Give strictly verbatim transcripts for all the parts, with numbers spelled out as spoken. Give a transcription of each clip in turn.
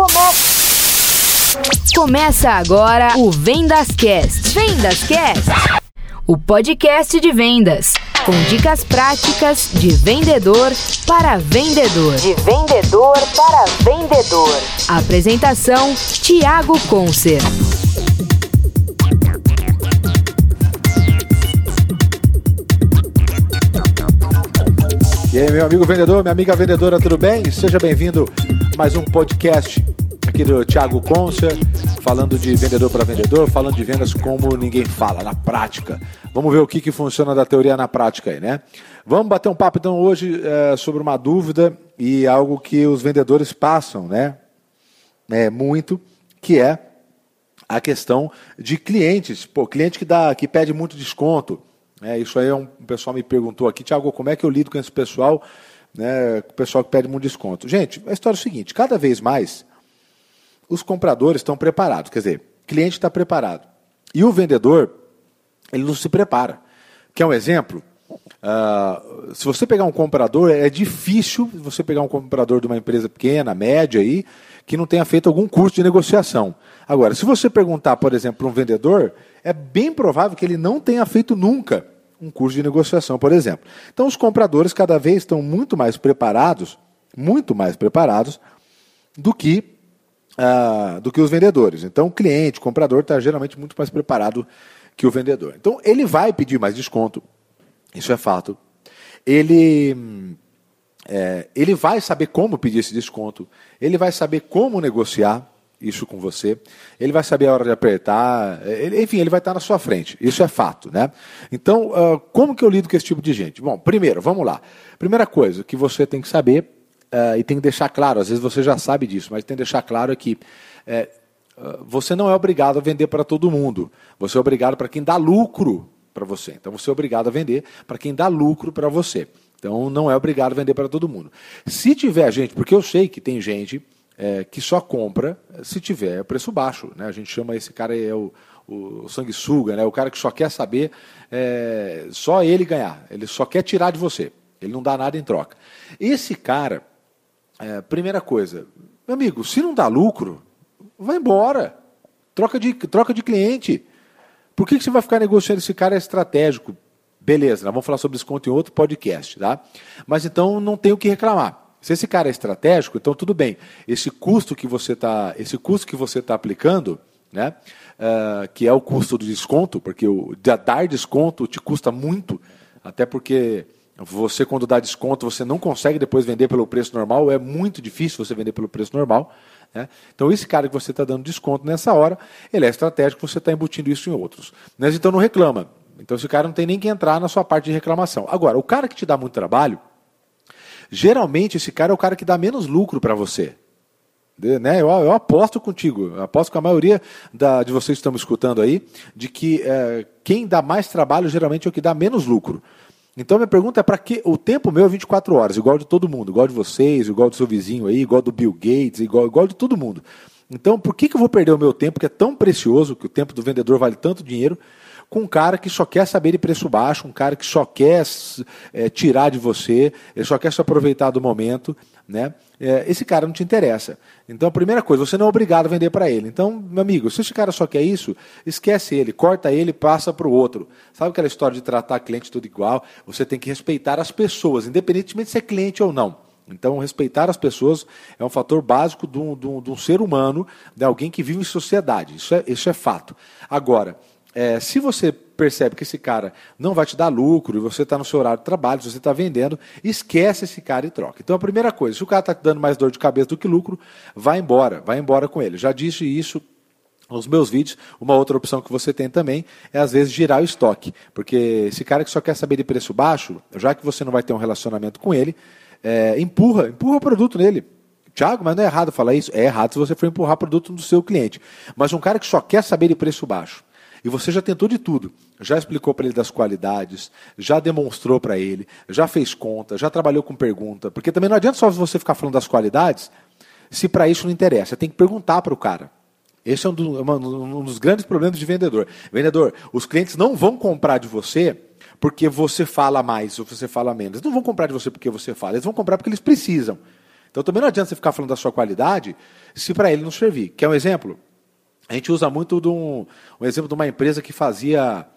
Começa! Começa agora o VendasCast. VendasCast, o podcast de vendas, com dicas práticas de vendedor para vendedor. De vendedor para vendedor. Apresentação, Thiago Concer. E aí, meu amigo vendedor, minha amiga vendedora, tudo bem? Seja bem-vindo a mais um podcast aqui do Thiago Concer, falando de vendedor para vendedor, falando de vendas como ninguém fala, na prática. Vamos ver o que, que funciona da teoria na prática aí, né? Vamos bater um papo então hoje é, sobre uma dúvida e algo que os vendedores passam, né? É, muito, que é a questão de clientes. Pô, cliente que, dá, que pede muito desconto. É, isso aí é um, o pessoal me perguntou aqui, Thiago, como é que eu lido com esse pessoal, né, o pessoal que pede muito desconto? Gente, a história é o seguinte, cada vez mais os compradores estão preparados, quer dizer, o cliente está preparado. E o vendedor, ele não se prepara. Quer um exemplo? Uh, se você pegar um comprador, é difícil você pegar um comprador de uma empresa pequena, média, aí, que não tenha feito algum curso de negociação. Agora, se você perguntar, por exemplo, para um vendedor, é bem provável que ele não tenha feito nunca um curso de negociação, por exemplo. Então, os compradores cada vez estão muito mais preparados, muito mais preparados do que, uh, do que os vendedores. Então, o cliente, o comprador, está geralmente muito mais preparado que o vendedor. Então, ele vai pedir mais desconto, isso é fato. Ele... É, ele vai saber como pedir esse desconto, ele vai saber como negociar isso com você, ele vai saber a hora de apertar, ele, enfim, ele vai estar na sua frente, isso é fato, né? Então, uh, como que eu lido com esse tipo de gente? Bom, primeiro, vamos lá. Primeira coisa que você tem que saber, uh, e tem que deixar claro, às vezes você já sabe disso, mas tem que deixar claro é que é, uh, você não é obrigado a vender para todo mundo, você é obrigado para quem dá lucro para você. Então, você é obrigado a vender para quem dá lucro para você. Então, não é obrigado a vender para todo mundo. Se tiver gente, porque eu sei que tem gente é, que só compra se tiver preço baixo, né? A gente chama esse cara, é o, o sanguessuga, né? O cara que só quer saber, é, só ele ganhar, ele só quer tirar de você, ele não dá nada em troca. Esse cara, é, primeira coisa, meu amigo, se não dá lucro, vai embora, troca de, troca de cliente. Por que, que você vai ficar negociando esse cara estratégico? Beleza, nós vamos falar sobre desconto em outro podcast, tá? Mas então não tem o que reclamar. Se esse cara é estratégico, então tudo bem. Esse custo que você está, esse custo que você está aplicando, né? Uh, que é o custo do desconto, porque o dar desconto te custa muito, até porque você quando dá desconto você não consegue depois vender pelo preço normal, é muito difícil você vender pelo preço normal, né? Então esse cara que você está dando desconto nessa hora, ele é estratégico, você está embutindo isso em outros. Mas então não reclama. Então esse cara não tem nem que entrar na sua parte de reclamação. Agora, o cara que te dá muito trabalho, geralmente esse cara é o cara que dá menos lucro para você. De, né? eu, eu aposto contigo, eu aposto com a maioria da, de vocês que estão me escutando aí, de que é, quem dá mais trabalho geralmente é o que dá menos lucro. Então minha pergunta é para que o tempo meu é vinte e quatro horas, igual de todo mundo, igual de vocês, igual do seu vizinho aí, igual do Bill Gates, igual, igual de todo mundo. Então por que, que eu vou perder o meu tempo, que é tão precioso, que o tempo do vendedor vale tanto dinheiro, com um cara que só quer saber de preço baixo, um cara que só quer é, tirar de você, ele só quer se aproveitar do momento, né? É, esse cara não te interessa. Então, a primeira coisa, você não é obrigado a vender para ele. Então, meu amigo, se esse cara só quer isso, esquece ele, corta ele e passa para o outro. Sabe aquela história de tratar cliente tudo igual? Você tem que respeitar as pessoas, independentemente de ser cliente ou não. Então, respeitar as pessoas é um fator básico de um, de um, de um ser humano, de alguém que vive em sociedade. Isso é, isso é fato. Agora, É, se você percebe que esse cara não vai te dar lucro e você está no seu horário de trabalho, se você está vendendo, esquece esse cara e troca. Então a primeira coisa, se o cara está te dando mais dor de cabeça do que lucro, vai embora, vai embora com ele. Já disse isso nos meus vídeos. Uma outra opção que você tem também é às vezes girar o estoque, porque esse cara que só quer saber de preço baixo, já que você não vai ter um relacionamento com ele, é, empurra, empurra o produto nele. Thiago, mas não é errado falar isso? É errado se você for empurrar produto do seu cliente. Mas um cara que só quer saber de preço baixo, e você já tentou de tudo, já explicou para ele das qualidades, já demonstrou para ele, já fez conta, já trabalhou com pergunta, porque também não adianta só você ficar falando das qualidades, se para isso não interessa, você tem que perguntar para o cara. Esse é um, do, um dos grandes problemas de vendedor. Vendedor, os clientes não vão comprar de você porque você fala mais ou você fala menos. Eles não vão comprar de você porque você fala, eles vão comprar porque eles precisam. Então também não adianta você ficar falando da sua qualidade se para ele não servir. Quer um exemplo? A gente usa muito de um, um exemplo de uma empresa que fazia,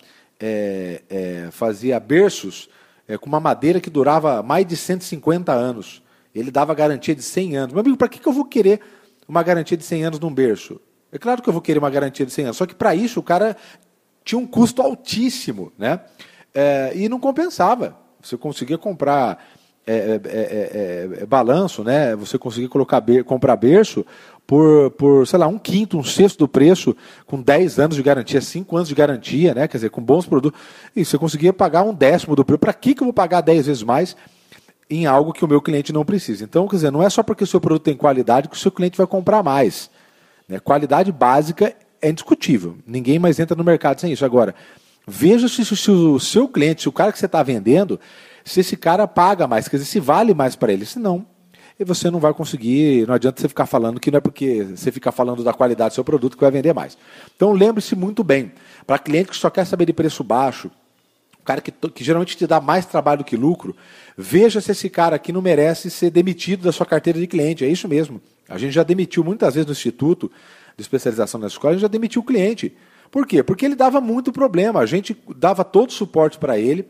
é, é, fazia berços é, com uma madeira que durava mais de cento e cinquenta anos. Ele dava garantia de cem anos. Meu amigo, para que, que eu vou querer uma garantia de cem anos num berço? É claro que eu vou querer uma garantia de cem anos, só que para isso o cara tinha um custo altíssimo, né? É, e não compensava. Você conseguia comprar é, é, é, é, balanço, né? Você conseguia colocar ber, comprar berço por, por, sei lá, um quinto, um sexto do preço, com dez anos de garantia, cinco anos de garantia, né? Quer dizer, com bons produtos. E você conseguia pagar um décimo do preço. Para que, que eu vou pagar dez vezes mais em algo que o meu cliente não precisa? Então, quer dizer, não é só porque o seu produto tem qualidade que o seu cliente vai comprar mais. Né? Qualidade básica é indiscutível. Ninguém mais entra no mercado sem isso. Agora, veja se, se, se o seu cliente, se o cara que você está vendendo, se esse cara paga mais, quer dizer, se vale mais para ele. Se não, você não vai conseguir, não adianta você ficar falando que não é porque você fica falando da qualidade do seu produto que vai vender mais. Então, lembre-se muito bem, para cliente que só quer saber de preço baixo, o cara que, que geralmente te dá mais trabalho do que lucro, veja se esse cara aqui não merece ser demitido da sua carteira de cliente. É isso mesmo. A gente já demitiu muitas vezes no Instituto de Especialização na Escola, a gente já demitiu o cliente. Por quê? Porque ele dava muito problema. A gente dava todo o suporte para ele,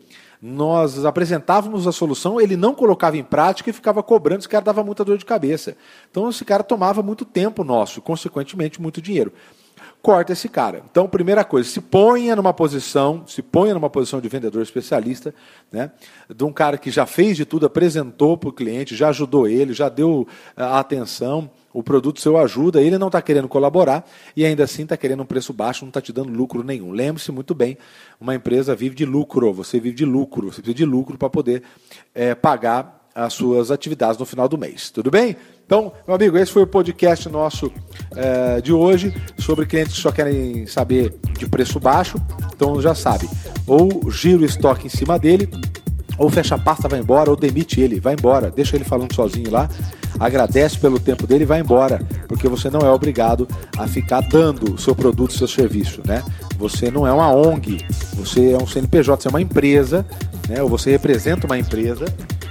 nós apresentávamos a solução, ele não colocava em prática e ficava cobrando, esse cara dava muita dor de cabeça. Então esse cara tomava muito tempo nosso, consequentemente muito dinheiro. Corta esse cara. Então, primeira coisa, se ponha numa posição, se ponha numa posição de vendedor especialista, né, de um cara que já fez de tudo, apresentou para o cliente, já ajudou ele, já deu a atenção, o produto seu ajuda, ele não está querendo colaborar e ainda assim está querendo um preço baixo, não está te dando lucro nenhum. Lembre-se muito bem, uma empresa vive de lucro, você vive de lucro, você precisa de lucro para poder é, pagar as suas atividades no final do mês. Tudo bem? Então, meu amigo, esse foi o podcast nosso é, de hoje sobre clientes que só querem saber de preço baixo. Então, já sabe, ou gira o estoque em cima dele, ou fecha a pasta, vai embora, ou demite ele, vai embora, deixa ele falando sozinho lá, agradece pelo tempo dele e vai embora, porque você não é obrigado a ficar dando o seu produto, o seu serviço, né? Você não é uma O N G, você é um C N P J, você é uma empresa, né? Ou você representa uma empresa.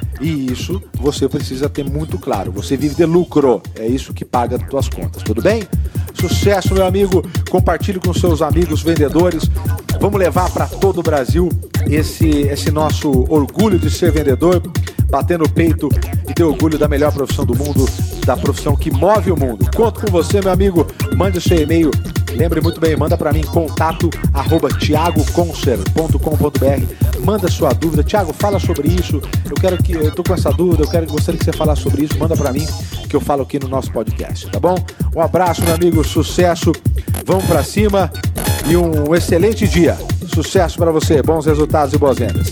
E isso você precisa ter muito claro. Você vive de lucro, é isso que paga as suas contas, tudo bem? Sucesso, meu amigo, compartilhe com seus amigos vendedores. Vamos levar para todo o Brasil esse, esse nosso orgulho de ser vendedor, bater no peito e ter orgulho da melhor profissão do mundo, da profissão que move o mundo. Conto com você, meu amigo, mande o seu e-mail. Lembre muito bem, manda para mim, contato arroba tiago concer ponto com ponto b r. Manda sua dúvida. Tiago, fala sobre isso. Eu quero que eu tô com essa dúvida, eu quero gostaria que você falasse sobre isso. Manda para mim que eu falo aqui no nosso podcast, tá bom? Um abraço, meu amigo, sucesso. Vamos para cima e um excelente dia. Sucesso para você, bons resultados e boas vendas.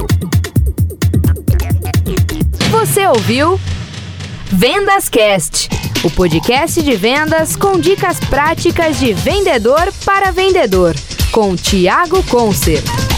Você ouviu Vendas Cast, o podcast de vendas com dicas práticas de vendedor para vendedor, com Tiago Concer.